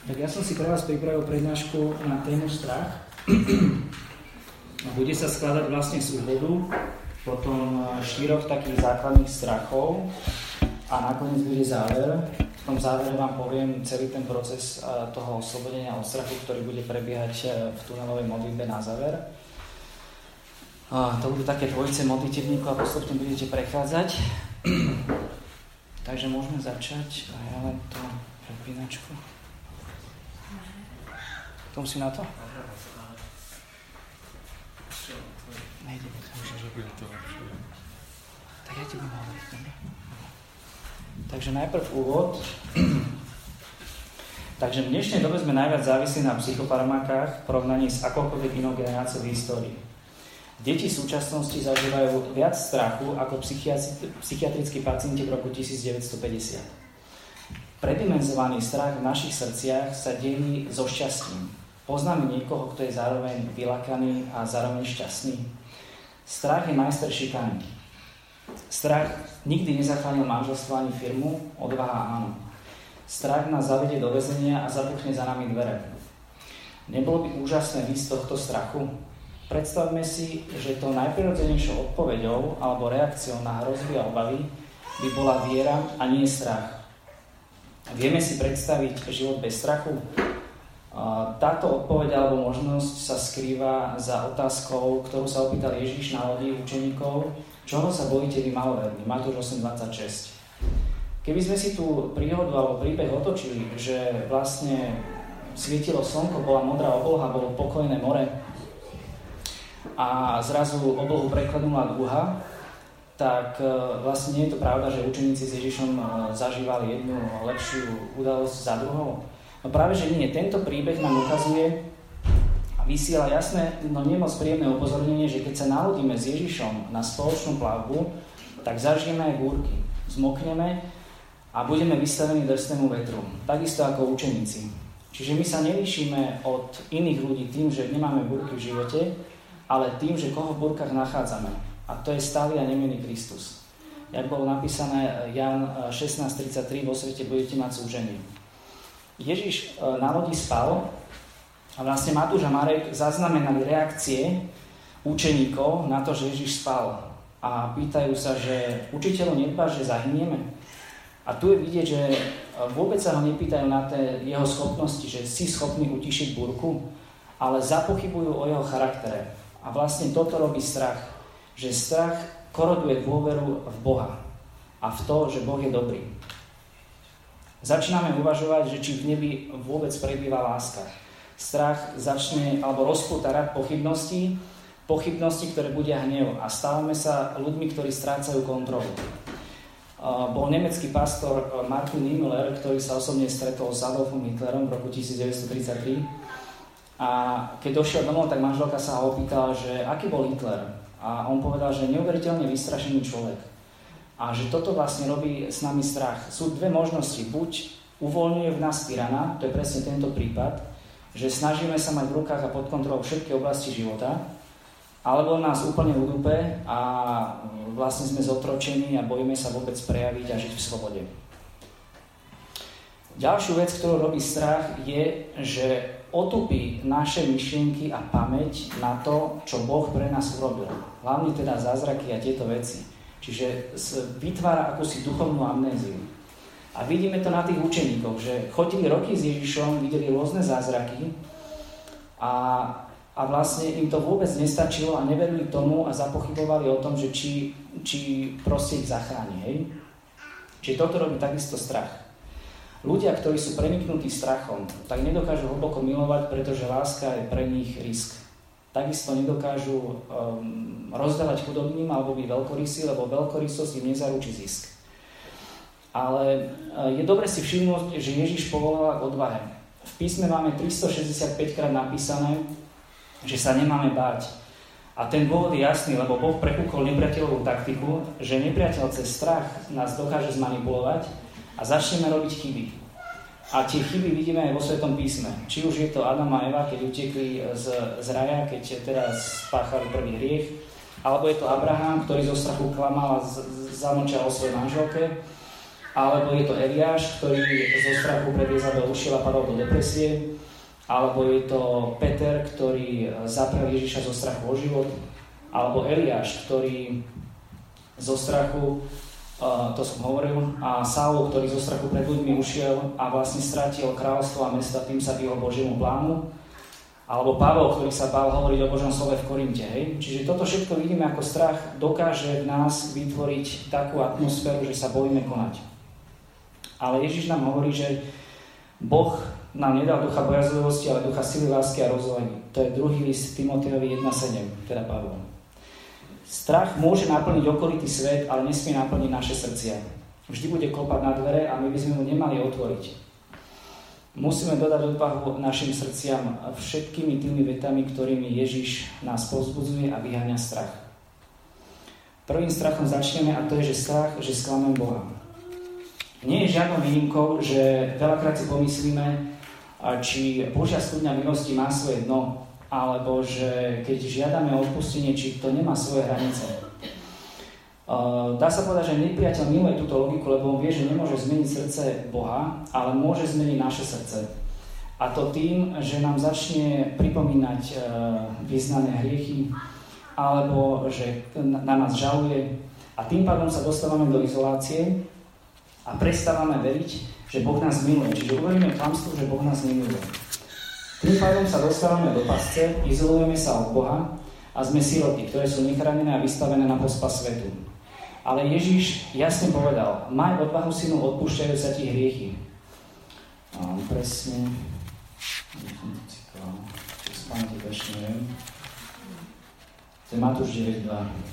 Tak ja som si pre vás pripravil prednášku na tému strach. Bude sa skladať vlastne z úvodu, potom 4 takých základných strachov a nakoniec bude záver. V tom závere vám poviem celý ten proces toho oslobodenia od strachu, ktorý bude prebiehať v tunelovej modlitbe na záver. To budú také dvojice modlitevníkov a postupne budete prechádzať. Takže môžeme začať. A ja len to prepínačku. Tom si na to? Nejde. Tak ja ti budem hovoriť, dobre? Takže najprv úvod. Takže v dnešnej dobe sme najviac závislí na psychofarmakách v porovnaní s akoukoľvek inou generáciou v histórii. Deti v súčasnosti zažívajú viac strachu ako psychiatrickí pacienti v roku 1950. Predimenzovaný strach v našich srdciach sa delí so šťastím. Poznáme niekoho, kto je zároveň vylakaný a zároveň šťastný. Strach je majster šikany. Strach nikdy nezachránil manželstvo ani firmu, odvaha áno. Strach nás zavedie do väzenia a zabuchne za nami dvere. Nebolo by úžasné výjsť z tohto strachu? Predstavme si, že tou najprirodzenejšou odpoveďou alebo reakciou na hrozby a obavy by bola viera a nie strach. Vieme si predstaviť život bez strachu? Táto odpoveď alebo možnosť sa skrýva za otázkou, ktorú sa opýtal Ježiš na lodi učeníkov, čoho sa bojíte vy maloverní? Matúš 8.26. Keby sme si tú príhodu alebo príbeh otočili, že vlastne svietilo slnko, bola modrá obloha, bolo pokojné more a zrazu oblohu preklenula dúha, tak vlastne nie je to pravda, že učeníci s Ježišom zažívali jednu lepšiu udalosť za druhou. No práve, že nie. Tento príbeh nám ukazuje a vysiela jasné, no nemoc príjemné upozornenie, že keď sa nalodíme s Ježišom na spoločnú plavbu, tak zažijeme aj búrky. Zmokneme a budeme vystavení drsnému vetru. Takisto ako učeníci. Čiže my sa nelíšime od iných ľudí tým, že nemáme búrky v živote, ale tým, že koho v búrkach nachádzame. A to je stály a nemenný Kristus. Jak bolo napísané Ján 16.33, vo svete budete mať súženie. Ježiš na lodi spal a vlastne Matúš a Marek zaznamenali reakcie učeníkov na to, že Ježiš spal. A pýtajú sa, že učiteľu nedbáš, že zahynieme? A tu je vidieť, že vôbec sa ho nepýtajú na tie jeho schopnosti, že si schopný utišiť búrku, ale zapochybujú o jeho charaktere. A vlastne toto robí strach. Že strach koroduje dôveru v Boha a v to, že Boh je dobrý. Začíname uvažovať, že či v nebi vôbec prebýva láska. Strach začne alebo rozpúta rad pochybností, ktoré budia hnev a stávame sa ľuďmi, ktorí strácajú kontrolu. Bol nemecký pastor Martin Niemöller, ktorý sa osobne stretol s Adolfom Hitlerom v roku 1933 a keď došiel domov, tak manželka sa ho opýtala, že aký bol Hitler a on povedal, že neuveriteľne vystrašený človek. A že toto vlastne robí s nami strach. Sú dve možnosti. Buď uvoľňuje v nás tyrana, to je presne tento prípad, že snažíme sa mať v rukách a pod kontrolou všetky oblasti života, alebo nás úplne udúpe a vlastne sme zotročení a bojíme sa vôbec prejaviť a žiť v slobode. Ďalšiu vec, ktorú robí strach, je, že otupí naše myšlienky a pamäť na to, čo Boh pre nás urobil. Hlavne teda zázraky a tieto veci. Čiže vytvára akúsi duchovnú amnéziu. A vidíme to na tých učeníkoch, že chodili roky s Ježišom, videli rôzne zázraky a vlastne im to vôbec nestačilo a neverili tomu a zapochybovali o tom, že či proste ich zachráni. Hej? Čiže toto robí takisto strach. Ľudia, ktorí sú preniknutí strachom, tak nedokážu hlboko milovať, pretože láska je pre nich risk. Takisto nedokážu rozdávať chudobným alebo byť veľkorysí, lebo veľkorysosť im nezaručí zisk. Ale je dobre si všimnúť, že Ježiš povolal k odvahe. V písme máme 365 krát napísané, že sa nemáme báť. A ten dôvod je jasný, lebo Boh prekúkol nepriateľovú taktiku, že nepriateľ cez strach nás dokáže zmanipulovať a začneme robiť chyby. A tie chyby vidíme aj vo Svetom písme. Či už je to Adam a Eva, keď utekli z raja, keď teraz spáchali prvý hriech, alebo je to Abraham, ktorý zo strachu klamal a zamlčal o svojej manželke, alebo je to Eliáš, ktorý zo strachu pred Jezabel ušiel a padol do depresie, alebo je to Peter, ktorý zaprel Ježiša zo strachu o život, alebo Eliáš, ktorý zo strachu, to som hovoril, a Saul, ktorý zo strachu pred ľuďmi ušiel a vlastne stratil kráľovstvo a mesta, tým sa vyhol Božiemu plánu. Alebo Pavol, ktorý sa bál hovoriť o Božom slove v Korinte. Hej? Čiže toto všetko vidíme, ako strach dokáže v nás vytvoriť takú atmosféru, že sa bojíme konať. Ale Ježiš nám hovorí, že Boh nám nedal ducha bojazlivosti, ale ducha sily, lásky a rozvahy. To je druhý list Timotejovi 1.7, teda Pavol. Strach môže naplniť okolitý svet, ale nesmie naplniť naše srdcia. Vždy bude klopať na dvere a my by sme mu nemali otvoriť. Musíme dodať odvahu našim srdciam všetkými tými vetami, ktorými Ježiš nás povzbudzuje a vyháňa strach. Prvým strachom začneme a to je, že strach, že sklamem Boha. Nie je žiadnou výnimkou, že veľakrát si pomyslíme, či Božia studňa milosti má svoje dno, alebo že keď žiadame o odpustenie, či to nemá svoje hranice. Dá sa povedať, že nepriateľ miluje túto logiku, lebo on vie, že nemôže zmeniť srdce Boha, ale môže zmeniť naše srdce. A to tým, že nám začne pripomínať vyznané hriechy, alebo že na nás žaluje. A tým pádom sa dostávame do izolácie a prestávame veriť, že Boh nás miluje. Čiže uveríme klamstvu, že Boh nás nemiluje. Tým pádom sa dostávame do pasce, izolujeme sa od Boha a sme siroty, ktoré sú nechránené a vystavené na pospas svetu. Ale Ježiš jasne povedal, maj odvahu, synu, odpúšťajú sa ti hriechy. Presne. Čo spáňte, ešte neviem. To je Matúš 9.2.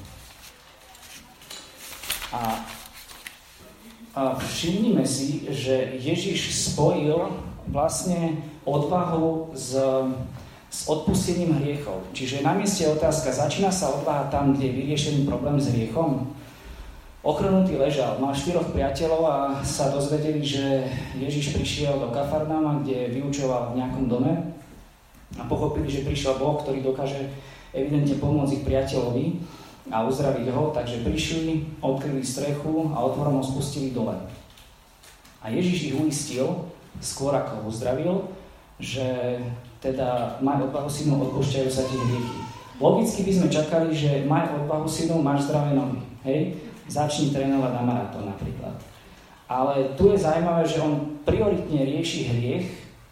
A všimnime si, že Ježiš spojil vlastne odvahu s odpustením hriechov. Čiže na mieste je otázka, začína sa odvaha tam, kde je vyriešený problém s hriechom? Ochrnutý ležal, mal 4 priateľov a sa dozvedeli, že Ježiš prišiel do Kafarnáma, kde vyučoval v nejakom dome a pochopili, že prišiel Boh, ktorý dokáže evidentne pomôcť ich priateľovi a uzdraviť ho, takže prišli, odkryli strechu a otvorom ho spustili dole. A Ježiš ich uistil, skôr ako ho uzdravil, že teda maj odvahu, synu, odpúšťajú sa ti hriechy. Logicky by sme čakali, že maj odvahu, synu, máš zdravé nohy, hej? Začni trénovať na maratón napríklad. Ale tu je zaujímavé, že on prioritne rieši hriech,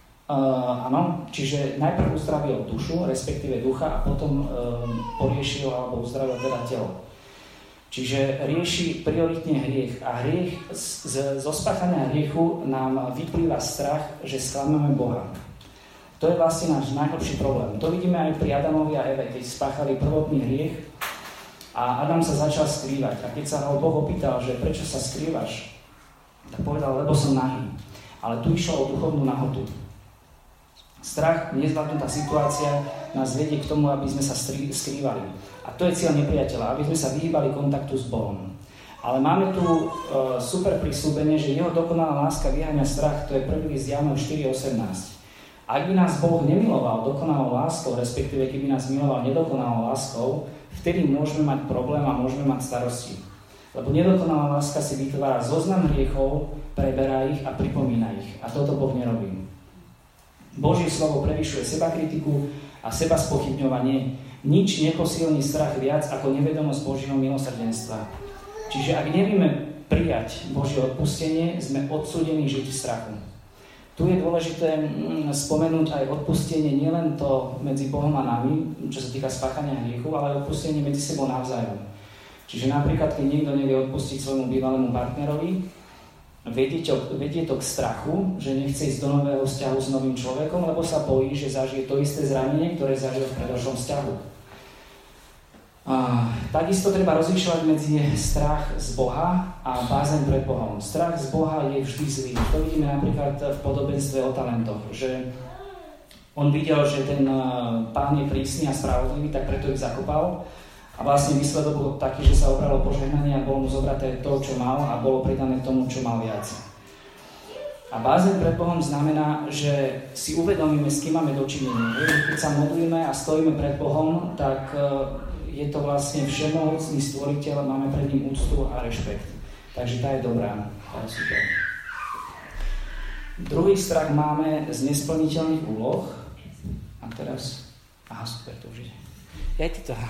čiže najprv uzdravil dušu, respektíve ducha, a potom poriešil alebo uzdravil teda telo. Čiže rieši prioritne hriech. A hriech, zo spáchania hriechu nám vyplýva strach, že sklameme Boha. To je vlastne náš najhlbší problém. To vidíme aj pri Adamovi a Eve, keď spáchali prvotný hriech, a Adam sa začal skrývať. A keď sa ho Boh opýtal, že prečo sa skrývaš, tak povedal, lebo som nahý. Ale tu išlo o duchovnú nahotu. Strach, nezvládnutá situácia nás vedie k tomu, aby sme sa skrývali. A to je cieľ nepriateľa, aby sme sa vyhýbali kontaktu s Bohom. Ale máme tu super prisľúbenie, že jeho dokonalá láska vyháňa strach, to je 1. list Jánom 4.18. Ak by nás Boh nemiloval dokonalou láskou, respektíve keby nás miloval nedokonalou láskou, vtedy môžeme mať problém a môžeme mať starosti. Lebo nedokonalá láska si vytvára zoznam hriechov, preberá ich a pripomína ich. A toto Boh nerobí. Božie slovo prevyšuje sebakritiku a seba spochybňovanie. Nič neposilní strach viac ako nevedomosť Božieho milosrdenstva. Čiže ak nevieme prijať Božie odpustenie, sme odsúdení žiť v strachu. Tu je dôležité spomenúť aj odpustenie, nielen to medzi Bohom a nami, čo sa týka spáchania hriechu, ale aj odpustenie medzi sebou navzájom. Čiže napríklad, keď niekto nevie odpustiť svojmu bývalému partnerovi, vedie to k strachu, že nechce ísť do nového vzťahu s novým človekom, lebo sa bojí, že zažije to isté zranenie, ktoré zažil v predošlom vzťahu. Takisto treba rozlišovať medzi strach z Boha a bázeň pred Bohom. Strach z Boha je vždy zlý. To vidíme napríklad v podobenstve o talentoch, že on videl, že ten pán je prísny a spravodlivý, tak preto ich zakopal a vlastne výsledok bol taký, že sa obralo požehnanie a bolo mu zobraté to, čo mal, a bolo pridané k tomu, čo mal viac. A bázeň pred Bohom znamená, že si uvedomíme, s kým máme dočinenie. Keď sa modlíme a stojíme pred Bohom, tak je to vlastne všemohúcný stvoriteľ, máme pred ním úctu a rešpekt. Takže tá je dobrá, tá je super. Druhý strach máme z nesplniteľných úloh. A teraz... Aha, super, to už ide. Ja ty to.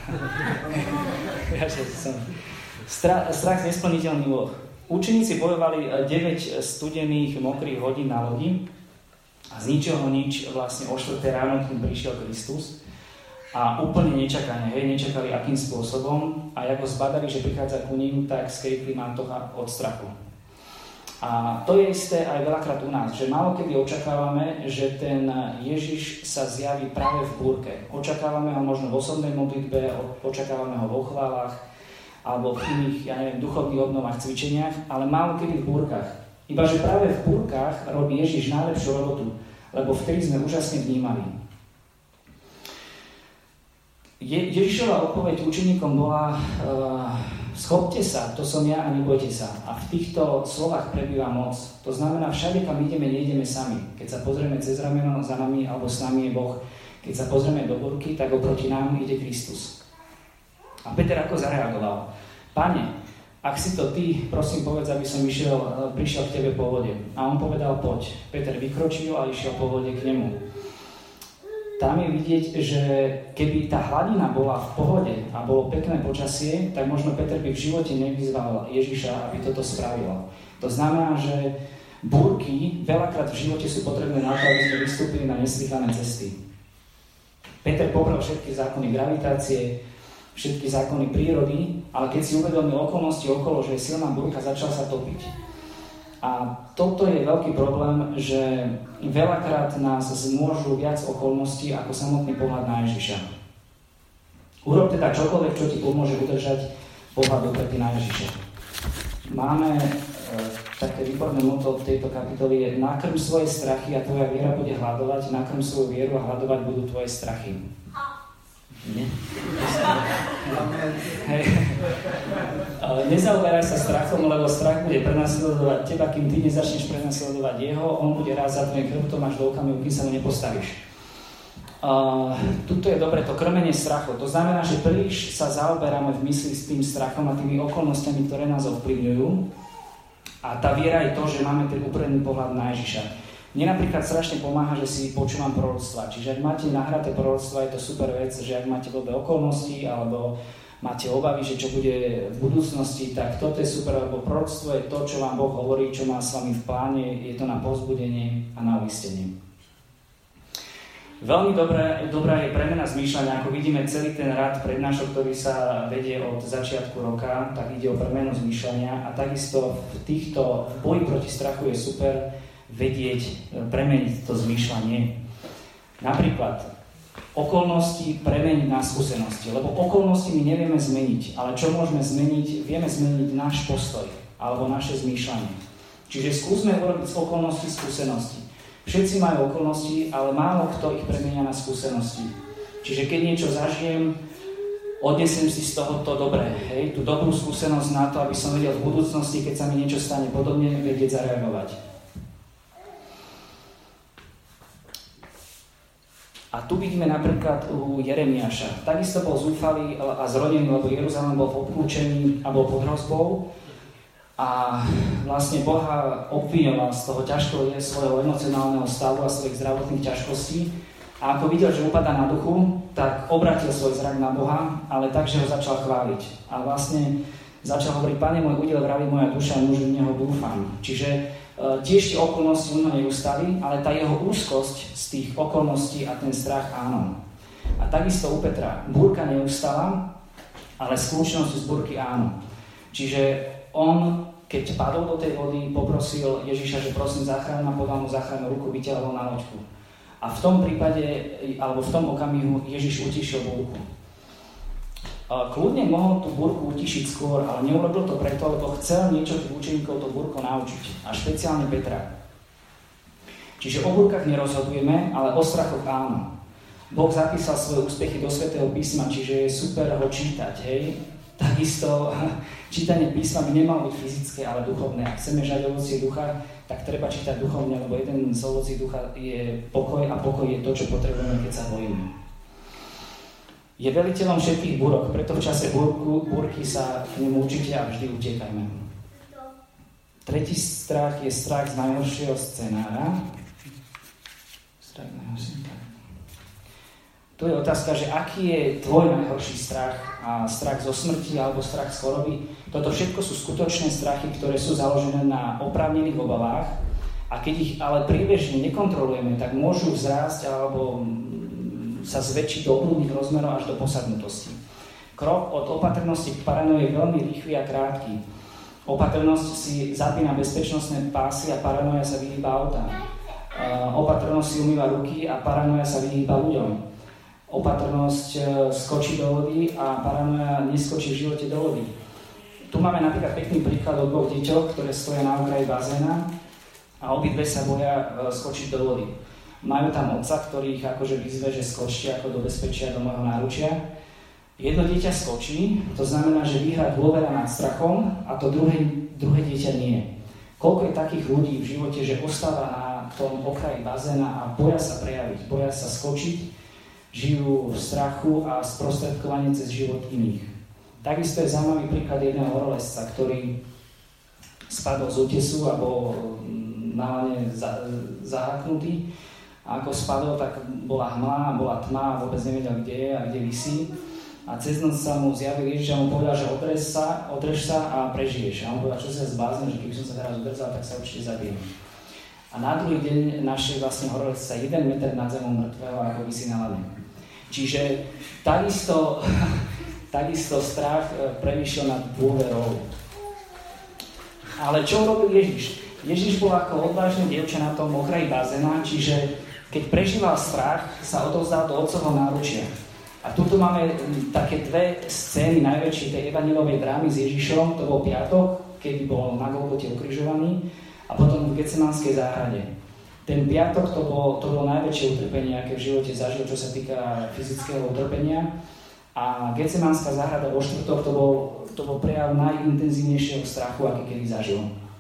Strach z nesplniteľných úloh. Učeníci bojovali 9 studených, mokrých hodín na lodi a z ničoho nič vlastne o 4 ráno, kým prišiel Kristus a úplne nečakane, nečakali akým spôsobom a ako zbadali, že prichádza ku ním, tak skrikli mantocha od strachu. A to je isté aj veľakrát u nás, že málo kedy očakávame, že ten Ježiš sa zjaví práve v búrke. Očakávame ho možno v osobnej modlitbe, očakávame ho vo chválach, alebo v iných, duchovných obnovách, cvičeniach, ale málo kedy v búrkach. Ibaže práve v búrkach robí Ježiš najlepšiu robotu, lebo vtedy sme úžasne vnímali. Ježišova odpoveď učeníkom bola schopte sa, to som ja a nebojte sa. A v týchto slovách prebýva moc. To znamená, všade, kam ideme, nejdeme sami. Keď sa pozrieme cez rameno za nami, alebo s nami je Boh. Keď sa pozrieme do búrky, tak oproti nám ide Kristus. A Peter ako zareagoval? Pane, ak si to ty, prosím povedz, aby som prišiel k tebe po vode. A on povedal, poď. Peter vykročil a išiel po vode k nemu. Tam je vidieť, že keby tá hladina bola v pohode a bolo pekné počasie, tak možno Peter by v živote nevyzval Ježiša, aby toto spravil. To znamená, že búrky veľakrát v živote sú potrebné na to, aby sme vystúpili na neslychané cesty. Peter pobral všetky zákony gravitácie, všetky zákony prírody, ale keď si uvedomil okolnosti okolo, že je silná búrka, začal sa topiť. A toto je veľký problém, že veľakrát nás zmôžu viac okolností ako samotný pohľad na Ježiša. Urob teda čokoľvek, čo ti pomôže udržať pohľad opretý na Ježiša. Máme také výborné motto v tejto kapitole je nakrm svoje strachy a tvoja viera bude hľadovať, nakrm svoju vieru a hľadovať budú tvoje strachy. Nie? Nezaoberaj sa strachom, lebo strach bude prenasledovať teba, kým ty nezačneš prenasledovať jeho, on bude raz za tvojim chrbtom až do okamihu, kým sa mu nepostavíš. Tuto je dobre to krmenie strachu. To znamená, že príliš sa zaoberáme v mysli s tým strachom a tými okolnostiami, ktoré nás ovplyvňujú. A tá viera je to, že máme ten úpredný pohľad na Ježiša. Mne napríklad strašne pomáha, že si počúvam proroctva. Čiže ak máte nahraté proroctva, je to super vec, že ak máte blbé okolnosti alebo máte obavy, že čo bude v budúcnosti, tak toto je super, lebo proroctvo je to, čo vám Boh hovorí, čo má s vami v pláne, je to na povzbudenie a na uistenie. Veľmi dobrá je premena zmýšľania, ako vidíme celý ten rad prednášok, ktorý sa vedie od začiatku roka, tak ide o premenu zmýšľania a takisto v boji proti strachu je super vedieť, premeniť to zmýšľanie. Napríklad, okolnosti premeniť na skúsenosti, lebo okolnosti my nevieme zmeniť, ale čo môžeme zmeniť? Vieme zmeniť náš postoj alebo naše zmýšľanie. Čiže skúsme urobiť z okolností skúsenosti. Všetci majú okolnosti, ale málo kto ich premenia na skúsenosti. Čiže keď niečo zažijem, odnesiem si z toho to dobré, tú dobrú skúsenosť na to, aby som vedel v budúcnosti, keď sa mi niečo stane podobne, vedieť zareagovať. A tu vidíme napríklad u Jeremiáša. Takisto bol zúfalý a zrodený, lebo Jeruzalém bol obklúčený a bol pod hrozbou. A vlastne Boha obviňoval z toho ťažkého svojho emocionálneho stavu a svojich zdravotných ťažkostí. A ako videl, že upadá na duchu, tak obratil svoj zrak na Boha, ale tak, že ho začal chváliť. A vlastne začal hovoriť, Pane môj údel vraví moja duša, muž v neho dúfam. Čiže tiež tie okolnosti u neustali, ale tá jeho úzkosť z tých okolností a ten strach áno. A takisto u Petra, búrka neustala, ale skúšnosť z búrky áno. Čiže on, keď padol do tej vody, poprosil Ježiša, že prosím záchraň ma, podal mu záchrannú ruku, vyťahol na loďku. A v tom prípade, alebo v tom okamihu Ježiš utišil búrku. Kľudne mohol tú búrku utišiť skôr, ale neurobil to preto, lebo chcel niečo tých učeníkov to búrku naučiť. A špeciálne Petra. Čiže o búrkach nerozhodujeme, ale o strachoch áno. Boh zapísal svoje úspechy do Svätého písma, čiže je super ho čítať, hej. Takisto čítanie písma by nemalo byť fyzické, ale duchovné. Ak chceme žať ovocie ducha, tak treba čítať duchovne, lebo jeden z ovocí ducha je pokoj a pokoj je to, čo potrebujeme, keď sa bojíme. Je veliteľom všetkých búrok, preto v čase búrky sa k nemu učite a vždy utiekajme. Tretí strach je strach z najhoršieho scenára. Tu je otázka, že aký je tvoj najhorší strach, a strach zo smrti alebo strach z choroby. Toto všetko sú skutočné strachy, ktoré sú založené na oprávnených obavách, a keď ich ale priebežne nekontrolujeme, tak môžu vzrásť alebo sa zväčšiť do obludných rozmerov až do posadnutosti. Krok od opatrnosti k paranoji je veľmi rýchly a krátky. Opatrnosť si zapína bezpečnostné pásy a paranoja sa vyhýba autám. Opatrnosť si umýva ruky a paranoja sa vyhýba ľuďom. Opatrnosť skočí do vody a paranoja neskočí v živote do vody. Tu máme napríklad pekný príklad o dvoch deťoch, ktoré stoja na okraji bazéna a obidve sa boja skočiť do vody. Majú tam otca, ktorý ich akože vyzve, že skočte ako do bezpečia, do môjho náručia. Jedno dieťa skočí, to znamená, že vyhrá dôvera nad strachom, a to druhé dieťa nie. Koľko je takých ľudí v živote, že ostáva na tom okraji bazéna a boja sa prejaviť, boja sa skočiť, žijú v strachu a sprostredkovanie cez život iných. Takisto je zaujímavý príklad jedného horolezca, ktorý spadol z útesu a bol náhodne zahaknutý. A ako spadol, tak bola hmla, bola tma, vôbec nevedel, kde je a kde visí. A cez noc sa mu zjavil Ježiš a mu povedal, že odrež sa a prežiješ. A on povedal, čo sa zbláznil, že keby som sa teraz udržal, tak sa určite zabijem. A na druhý deň našiel vlastne horolezca 1 meter nad zemou mŕtvého, ako visí na lane. Čiže takisto strach prevýšil nad dôverou. Ale čo robil Ježiš? Ježiš bol ako odvážne dievča na tom okraji bazéna, čiže keď prežíval strach, sa odovzdal do otcovho náručia. A tuto máme také dve scény najväčšie tej evanjelovej drámy s Ježišom. To bol piatok, keď bol na Golgote ukrižovaný, a potom v Getsemanskej záhrade. Ten piatok to bolo najväčšie utrpenie, aké v živote zažil, čo sa týka fyzického utrpenia. A Getsemanská záhrada vo štvrtok to bol prejav najintenzívnejšieho strachu, aký kedy zažil.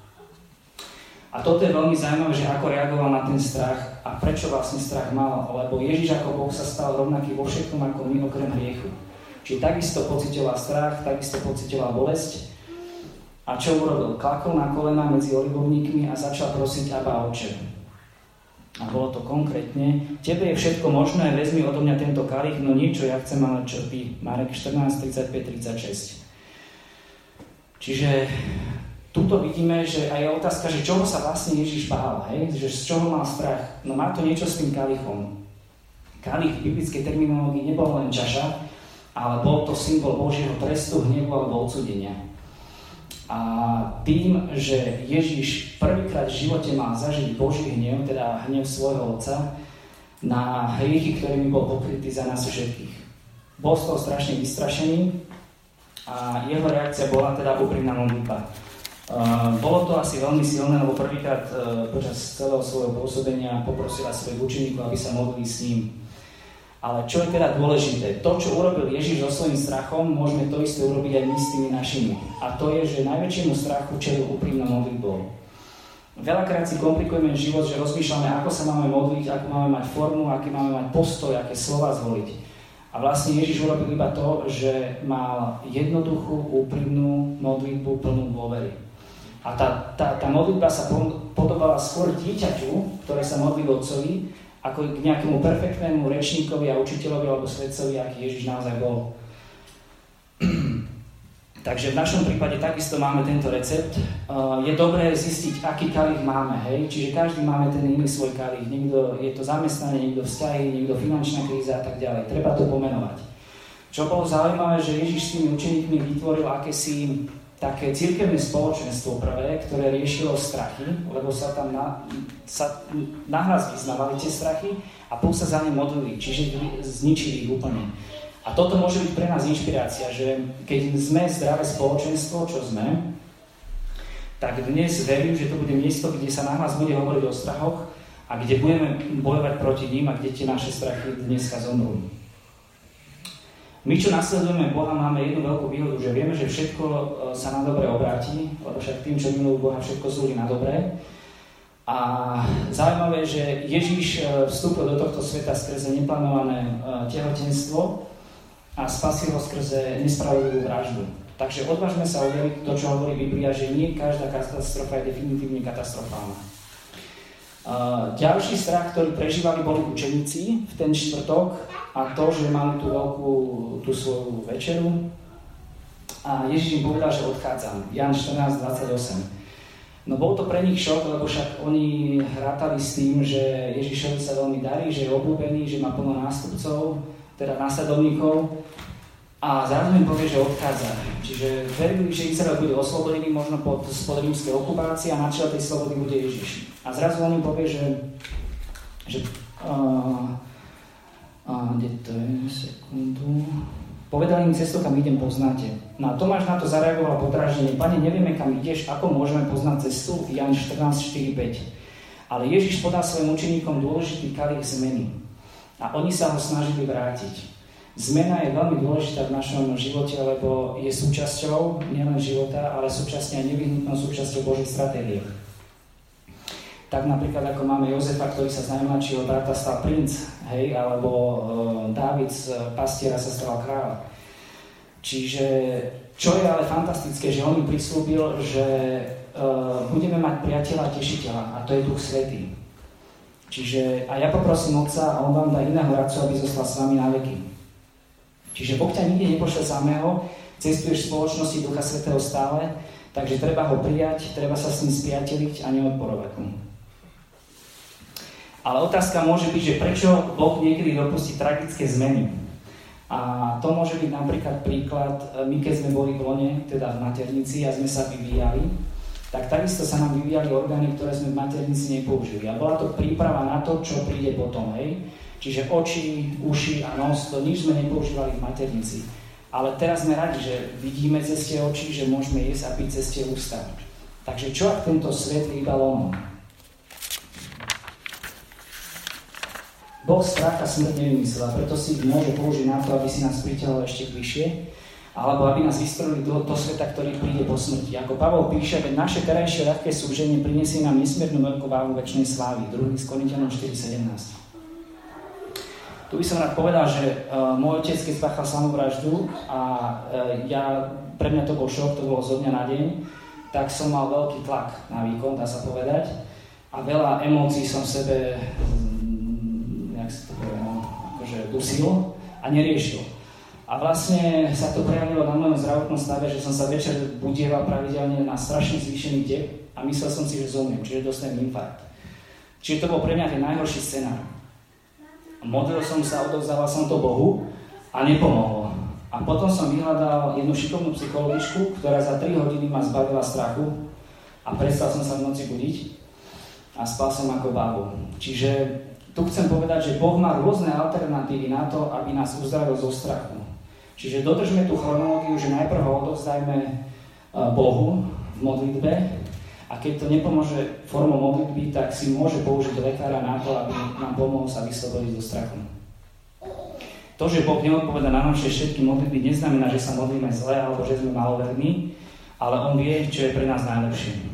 A toto je veľmi zaujímavé, že ako reagoval na ten strach a prečo vlastne strach mal, lebo Ježiš ako Boh sa stal rovnaký vo všetkom ako my, okrem hriechu. Čiže takisto pocitoval strach, takisto pocitoval bolesť. A čo urobil? Klakol na kolená medzi olivovníkmi a začal prosiť Abba, Otče. A bolo to konkrétne: Tebe je všetko možné, vezmi odo mňa tento kalich, no niečo ja chcem, ale čo ty. Marek 14, 35, 36. Čiže tuto vidíme, že aj je otázka, že čoho sa vlastne Ježiš bál, hej? Že z čoho mal strach. No má to niečo s tým kalichom. Kalich v biblickej terminológii nebol len čaša, ale bol to symbol Božieho trestu, hnevu alebo odsúdenia. A tým, že Ježiš prvýkrát v živote mal zažiť Boží hnev, teda hnev svojho Otca, na hriechy, ktorými bol pokrytý za nás všetkých. Bol z toho strašne vystrašený a jeho reakcia bola teda úprimná modlitba. Bolo to asi veľmi silné, lebo prvýkrát počas celého svojho pôsobenia poprosila svojich učeníkov, aby sa modlili s ním. Ale čo je teda dôležité? To, čo urobil Ježiš so svojím strachom, môžeme to isté urobiť aj my s tými našimi. A to je, že najväčšiemu strachu čelil úprimnou modlitbou. Veľakrát si komplikujeme život, že rozmýšľame, ako sa máme modliť, ako máme mať formu, aký máme mať postoj, aké slova zvoliť. A vlastne Ježiš urobil iba to, že mal jednoduchú, úprimnú modlitbu plnú dôvery. A tá modlitba sa podobala skôr dieťaťu, ktoré sa modlí Otcovi, ako k nejakému perfektnému rečníkovi a učiteľovi alebo svedcovi, aký Ježiš naozaj bol. Takže v našom prípade takisto máme tento recept. Je dobré zistiť, aký kalich máme, hej? Čiže každý máme ten iný svoj kalich. Niekto je to zamestnanie, niekto vzťahy, niekto finančná kríza a tak ďalej. Treba to pomenovať. Čo bolo zaujímavé, že Ježiš s tými učeníkmi vytvoril akési také cirkevné spoločenstvo prvé, ktoré riešilo strachy, lebo sa tam nahlas vyznávali tie strachy a plus sa za ne modlili, čiže zničili ich úplne. A toto môže byť pre nás inšpirácia, že keď sme zdravé spoločenstvo, čo sme, tak dnes verím, že to bude miesto, kde sa nahlas bude hovoriť o strachoch a kde budeme bojovať proti ním a kde tie naše strachy dneska zomrú. My, čo nasledujeme Boha, máme jednu veľkú výhodu, že vieme, že všetko sa na dobre obráti, lebo však tým, čo milujú Boha, všetko slúži na dobré. A zaujímavé, že Ježiš vstúpil do tohto sveta skrze neplánované tehotenstvo a spasil ho skrze nespravodlivú vraždu. Takže odvážme sa overiť to, čo hovorí Biblia, že nie každá katastrofa je definitívne katastrofálna. Ďalší strach, ktorý prežívali, boli učeníci v ten štvrtok a to, že mali tú svoju večeru a Ježiš im povedal, že odchádzam. Jan 14:28. No bol to pre nich šok, lebo však oni rátali s tým, že Ježišovi sa veľmi darí, že je obľúbený, že má plno nástupcov, teda následovníkov a zároveň povie, že odchádza. Čiže verili, že Izrael bude oslobodený možno spod rímskej okupácie a na čele tej slobody bude Ježiš. A zrazu on im povie, že kde to je? Sekundu. Povedal im, cestu, kam idem, poznáte. No a Tomáš na to zareagoval podráždene. Pane, nevieme, kam ideš, ako môžeme poznať cestu? Jan 14:4-5. Ale Ježiš podal svojim učeníkom dôležitý kalich zmeny. A oni sa ho snažili vrátiť. Zmena je veľmi dôležitá v našom živote, lebo je súčasťou nielen života, ale súčasne aj nevyhnutnou súčasťou Božej stratégie. Tak napríklad, ako máme Jozefa, ktorý sa z najmladšieho brata stal princ, hej, alebo Dávid z pastiera sa stal kráľ. Čiže, čo je ale fantastické, že on mi prislúbil, že budeme mať priateľa, tešiteľa, a to je Duch Svätý. Čiže, a ja poprosím Otca, a on vám dá iného radcu, aby zostal s vami na veky. Čiže Boh ťa nikde nepošle samého, cestuješ v spoločnosti Ducha Svätého stále, takže treba ho prijať, treba sa s ním spriateliť a neodporovať mu. Ale otázka môže byť, že prečo Boh niekedy dopustí tragické zmeny. A to môže byť napríklad príklad, my keď sme boli v lone, teda v maternici a sme sa vyvíjali, tak takisto sa nám vyvíjali orgány, ktoré sme v maternici nepoužili. A bola to príprava na to, čo príde potom, hej. Čiže oči, uši a nos, to nič sme nepoužívali v maternici. Ale teraz sme radi, že vidíme cez tie oči, že môžeme jesť a piť cez tie ústa. Takže čo ak tento svet je iba lonom? Boh strach a smrť nevymyslel, preto si ich môže použiť na to, aby si nás pritiahol ešte bližšie, alebo aby nás vystrelili do sveta, ktorý príde po smrti. Ako Pavol píše, veď naše terajšie ľahké súženie prinesie nám nesmiernu veľkú váhu večnej slávy. 2. Korinťanom 4:17. Tu by som rád povedal, že môj otec, keď spáchal samovraždu a pre mňa to bol šok, to bolo zo dňa na deň, tak som mal veľký tlak na výkon, dá sa povedať, a veľa emócií som v sebe dusil a neriešil. A vlastne sa to prejavilo na mojom zdravotnom stave, že som sa večer budieval pravidelne na strašne zvýšený tep a myslel som si, že zomriem, čiže dostanem infarkt. Čiže to bol pre mňa ten najhorší scenár. Modlil som sa, odovzdával som to Bohu a nepomohlo. A potom som vyhľadal jednu šikovnú psychologičku, ktorá za 3 hodiny ma zbavila strachu a prestal som sa v noci budiť a spal som ako bábo. Čiže tu chcem povedať, že Boh má rôzne alternatívy na to, aby nás uzdravil zo strachu. Čiže dodržme tú chronológiu, že najprv ho odovzdajme Bohu v modlitbe a keď to nepomôže formou modlitby, tak si môže použiť lekára na to, aby nám pomohol sa vyslobodiť zo strachu. To, že Boh neodpoveda na naše všetky modlitby, neznamená, že sa modlíme zle alebo že sme maloverní, ale on vie, čo je pre nás najlepšie.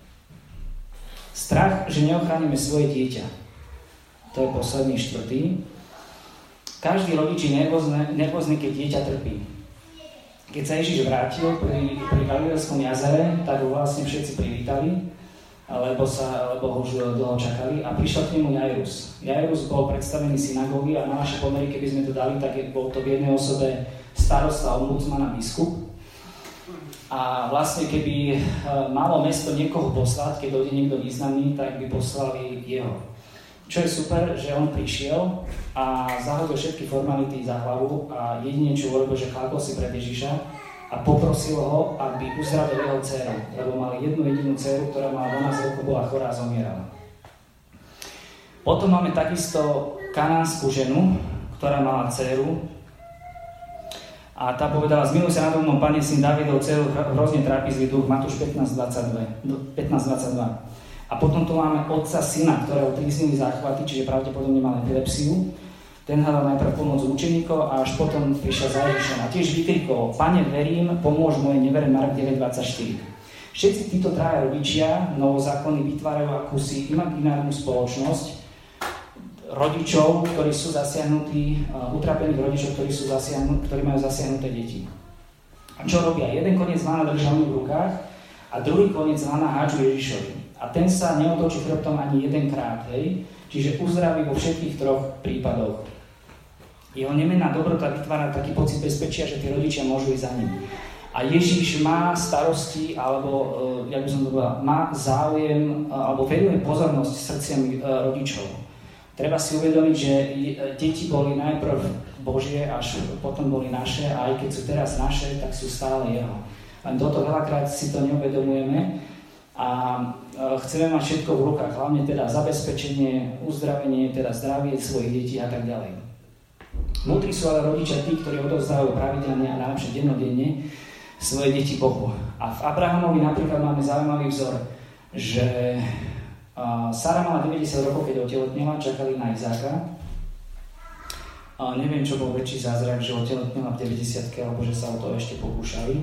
Strach, že neochránime svoje dieťa. To je posledný 4. Každý rodič je nervózny, keď dieťa trpí. Keď sa Ježiš vrátil pri Galilejskom jazere, tak ho vlastne všetci privítali, lebo ho už dlho čakali a prišiel k nemu Jairus. Jairus bol predstavený synagógy a na naše pomery, keby sme to dali, tak bol to v jednej osobe starosta, ombudsman a biskup. A vlastne keby malo mesto niekoho poslať, keď dojde niekto významný, tak by poslali jeho. Čo je super, že on prišiel a zahodil všetky formality za hlavu a jedine, čo urobil, že klakol si pred Ježiša a poprosil ho, aby uzdravil jeho dceru, lebo mal jednu jedinú dceru, ktorá mala 12 rokov, bola chorá a zomierala. Potom máme takisto kanánsku ženu, ktorá mala dceru a tá povedala, zmiluj sa nado mnou, Pane, syn Dávidov, dceru, hrozne trápi zlý duch, Matúš 15:22. A potom tu máme otca syna, ktorého tríznili záchvaty, čiže pravdepodobne mal epilepsiu. Ten hľadal najprv pomoc učeníkov a až potom prišiel za Ježišom. A tiež vykrikol, Pane, verím, pomôž mojej nevere, Mark 9:24. Všetci títo traja rodičia novozákonní vytvárajú akúsi imaginárnu spoločnosť rodičov, ktorí sú zasiahnutí, utrapených rodičov, ktorí majú zasiahnuté deti. A čo robia? Jeden koniec lana držia v rukách a druhý koniec lana hádžu Ježišovi. A ten sa neotočí chrbtom ani jedenkrát, hej? Čiže uzdraví vo všetkých troch prípadoch. Jeho nemenná dobrota vytvára taký pocit bezpečia, že tí rodičia môžu ísť za ním. A Ježiš má starosti, alebo, jak by som to povedal, má záujem, alebo venuje pozornosť srdciam rodičov. Treba si uvedomiť, že deti boli najprv Božie, až potom boli naše, a aj keď sú teraz naše, tak sú stále jeho. Len toto veľakrát si to neuvedomujeme a chceme mať všetko v rukách, hlavne teda zabezpečenie, uzdravenie, teda zdravie svojich detí a tak ďalej. Múdri sú ale rodičia tí, ktorí odovzdávajú pravidelne a najlepšie dennodenne svoje deti Bohu. A v Abrahamovi napríklad máme zaujímavý vzor, že Sara mala 90 rokov, keď otehotnela, čakali na Izáka. Neviem, čo bol väčší zázrak, že otehotnela v 90-ke, alebo že sa o to ešte pokúšali.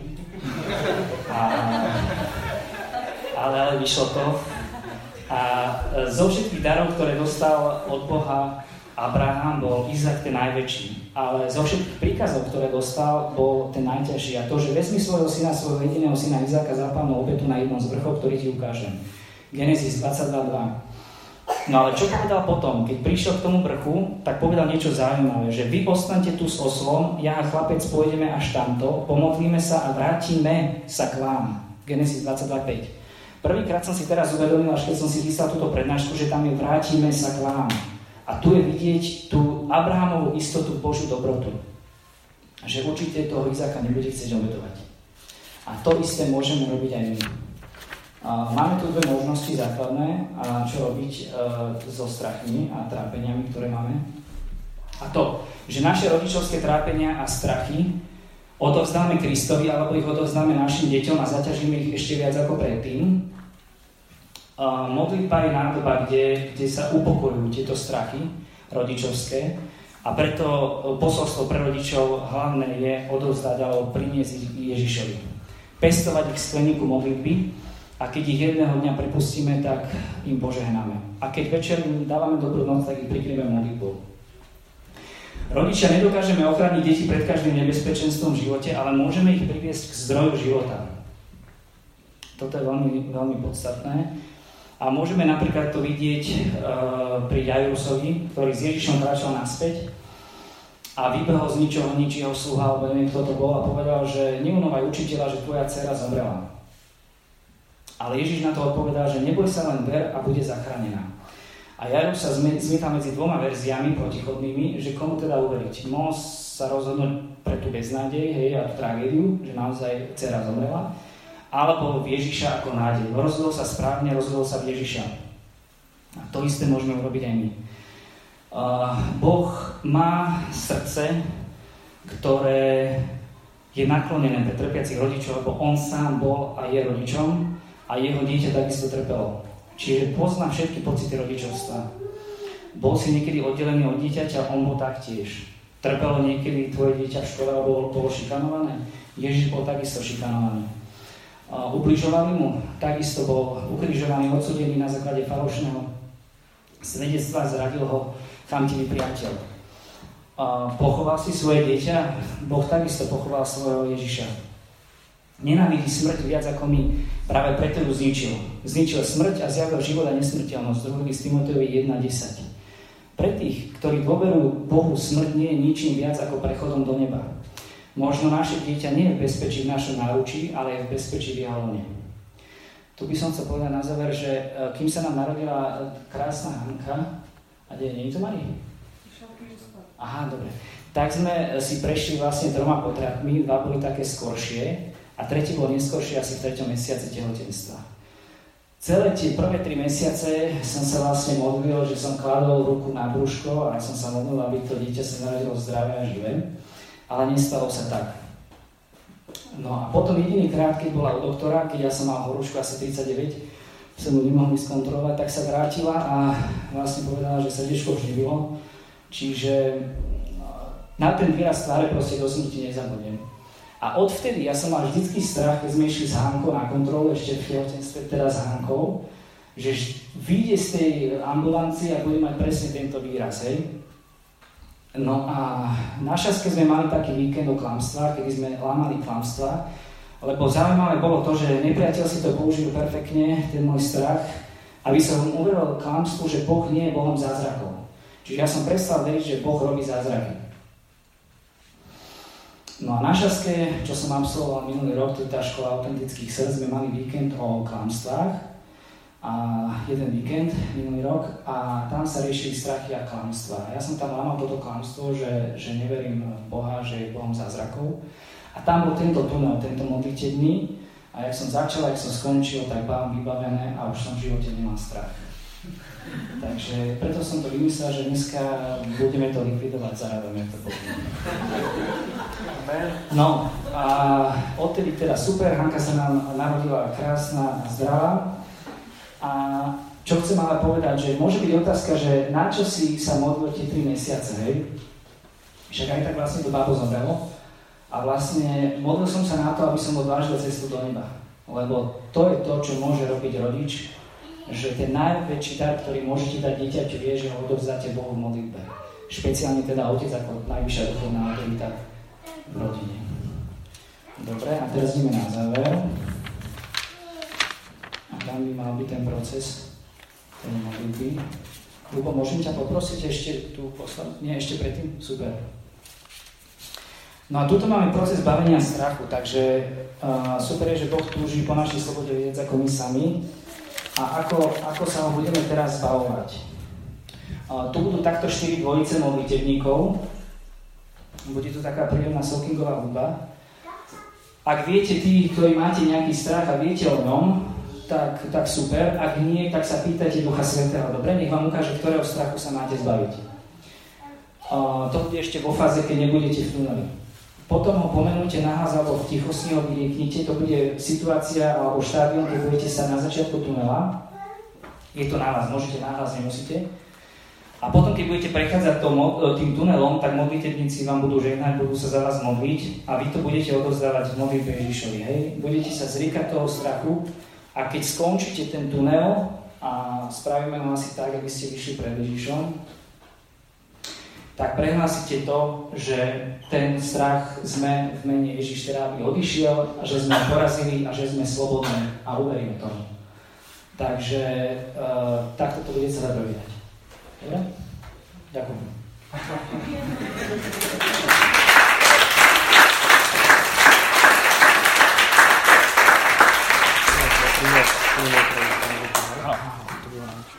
Ale vyšlo to. A zo všetkých darov, ktoré dostal od Boha Abraham, bol Izák ten najväčší. Ale zo všetkých príkazov, ktoré dostal, bol ten najťažší. A to, že vezmi svojho jediného syna Izáka za pánov obetu na jednom z vrchov, ktorý ti ukážem. Genesis 22.2. No ale čo povedal potom? Keď prišiel k tomu vrchu, tak povedal niečo zaujímavé, že vy ostaňte tu s oslom, ja a chlapec pôjdeme až tamto, pomodlíme sa a vrátime sa k vám. Genesis 22.5. Prvýkrát som si teraz uvedomil, až keď som si chystal túto prednášku, že tam je vrátime sa k vám. A tu je vidieť tú Abrahamovú istotu, Božiu dobrotu. Že určite toho Izáka nebude chcieť obetovať. A to isté môžeme robiť aj my. Máme tu dve možnosti základné, čo robiť so strachmi a trápeniami, ktoré máme. A to, že naše rodičovské trápenia a strachy odovzdáme Kristovi, alebo ich odovzdáme našim deťom a zaťažíme ich ešte viac ako predtým. Modlitba je nádoba, kde sa upokojujú tieto strachy rodičovské, a preto posolstvo pre rodičov hlavné je odovzdať alebo priniesť ich Ježišovi. Pestovať ich skleníku modlitby, a keď ich jedného dňa prepustíme, tak im požehnáme. A keď večer im dávame dobrú noc, tak ich prikryjeme modlitbou. Rodičia nedokážeme ochrániť deti pred každým nebezpečenstvom v živote, ale môžeme ich priviesť k zdroju života. Toto je veľmi, veľmi podstatné. A môžeme napríklad to vidieť pri Jairusovi, ktorý s Ježišom kráčal naspäť a vybehol z ničoho nič jeho sluha, alebo neviem, kto to bol, a povedal, že neunovaj učiteľa, že tvoja dcéra zomrela. Ale Ježiš na to odpovedal, že neboj sa, len ver a bude zachránená. A Jairus sa zmieta medzi dvoma verziami protichodnými, že komu teda uveriť. Mohol sa rozhodnúť pre tú beznádej, hej, a tú tragédiu, že naozaj dcéra zomrela, alebo v Ježiša ako nádej. Rozhodol sa správne, rozhodol sa v Ježiša. A to isté môžeme urobiť aj my. Boh má srdce, ktoré je naklonené pre trpiacich rodičov, lebo on sám bol a je rodičom a jeho dieťa takisto trpelo. Čiže pozná všetky pocity rodičovstva. Bol si niekedy oddelený od dieťaťa, on bol taktiež. Trpelo niekedy tvoje dieťa v škole, alebo bolo šikanované? Ježiš bol takisto šikanovaný. Ubližovali mu, takisto bol ukrižovaný, odsúdený na základe falošného svedectva, zradil ho chamtivý priateľ. Pochoval si svoje dieťa, Boh takisto pochoval svojho Ježiša. Nenávidí smrť viac ako my, práve preto ju zničil. Zničil smrť a zjavil život a nesmrteľnosť, 2. list Timotejovi 1.10. Pre tých, ktorí dôverujú Bohu, smrť nie je ničím viac ako prechodom do neba. Možno naše dieťa nie je v bezpečí v našom náručí, ale je v bezpečí v jeho lone. Tu by som chcel povedať na záver, že kým sa nám narodila krásna Hanka, a nie je to Marie? Aha, dobre. Tak sme si prešli vlastne 3 potratmi, 2 boli také skoršie a tretí bol neskoršie asi v 3. mesiaci tehotenstva. Celé tie prvé 3 mesiace som sa vlastne modlil, že som kladol ruku na brúško a som sa modlil, aby to dieťa sa narodilo zdravé a živé. Ale nestalo sa tak. No a potom jediný krát, keď bola u doktora, keď ja som mal horúčku asi 39, som ju nemohli skontrolovať, tak sa vrátila a vlastne povedala, že srdiečko už nebolo. Čiže na ten výraz tváre proste do smrti nezabudnem. A odvtedy ja som mal vždycky strach, keď sme išli s Hankou na kontrolu, ešte v tehotenstve, teda s Hankou, že vyjde z tej ambulancie a bude mať presne tento výraz, hej. No a na Šaske sme mali taký víkend o klamstvách, kedy sme lámali klamstvá, lebo zaujímavé bolo to, že nepriateľ si to použil perfektne, ten môj strach, aby som uveril klamstvu, že Boh nie je Bohom zázrakov. Čiže ja som prestal veriť, že Boh robí zázraky. No a na Šaske, čo som absolvoval minulý rok, to je tá škola autentických srdc, sme mali víkend o klamstvách, a jeden víkend minulý rok a tam sa riešili strachy a klamstvá. Ja som tam lámal toto klamstvo, že neverím v Boha, že je Bohom zázrakov. A tam bol tento tunel, tento modlitebný a jak som začal, jak som skončil, tak mám vybavené a už som v živote nemal strach. Takže preto som to vymyslel, že dneska budeme to likvidovať za radom, jak to poviem. No a odtedy teda super, Hanka sa nám narodila krásna a zdravá. A čo chcem ale povedať, že môže byť otázka, že na čo si sa modlil tie 3 mesiace, hej? Však aj tak vlastne to bábo zomrelo. A vlastne modlil som sa na to, aby som odvážil cestu do neba. Lebo to je to, čo môže robiť rodič, že ten najväčší dar, ktorý môžete dať dieťaťu, je, že ho odovzdáte Bohu v modlitbe. Špeciálne teda otec ako najvyššia duchovná autorita v rodine. Dobre, a teraz ideme na záver. A tam by mal byť ten proces tej modlitby. Ľubo, môžem ťa poprosiť ešte tu poslať? Nie, ešte predtým? Super. No a tuto máme proces bavenia strachu, takže super je, že Boh túži po našej slobode viac ako my sami. A ako sa ho budeme teraz zbavovať? Tu budú takto 4 dvojice modlitebníkov. Bude tu taká príjemná sokingová hudba. Ak viete tí, ktorí máte nejaký strach a viete o ňom, tak super. Ak nie, tak sa pýtajte Ducha Svätého. Dobre, nech vám ukáže, ktorého strachu sa máte zbaviť. To bude ešte vo fáze, keď nebudete v tuneli. Potom ho pomenujte nahlas alebo v tichosti ho vyrieknite. To bude situácia alebo štádium, keď budete sa na začiatku tunela. Je to na vás, môžete nahlas, nemusíte. A potom, keď budete prechádzať tým tunelom, tak modlitebníci vám budú žehnať, budú sa za vás modliť a vy to budete odovzdávať v modlitbe Ježišovi. Hej? Budete sa zriekať toho strachu a keď skončíte ten tunel a spravíme ho asi tak, aby ste vyšli pred Ježišom, tak prehlásite to, že ten strach sme v mene Ježiš, teda aby odišiel a že sme porazili a že sme slobodní a uveríme tomu. Takže takto to bude celé prebiehať. Dobre? Ďakujem.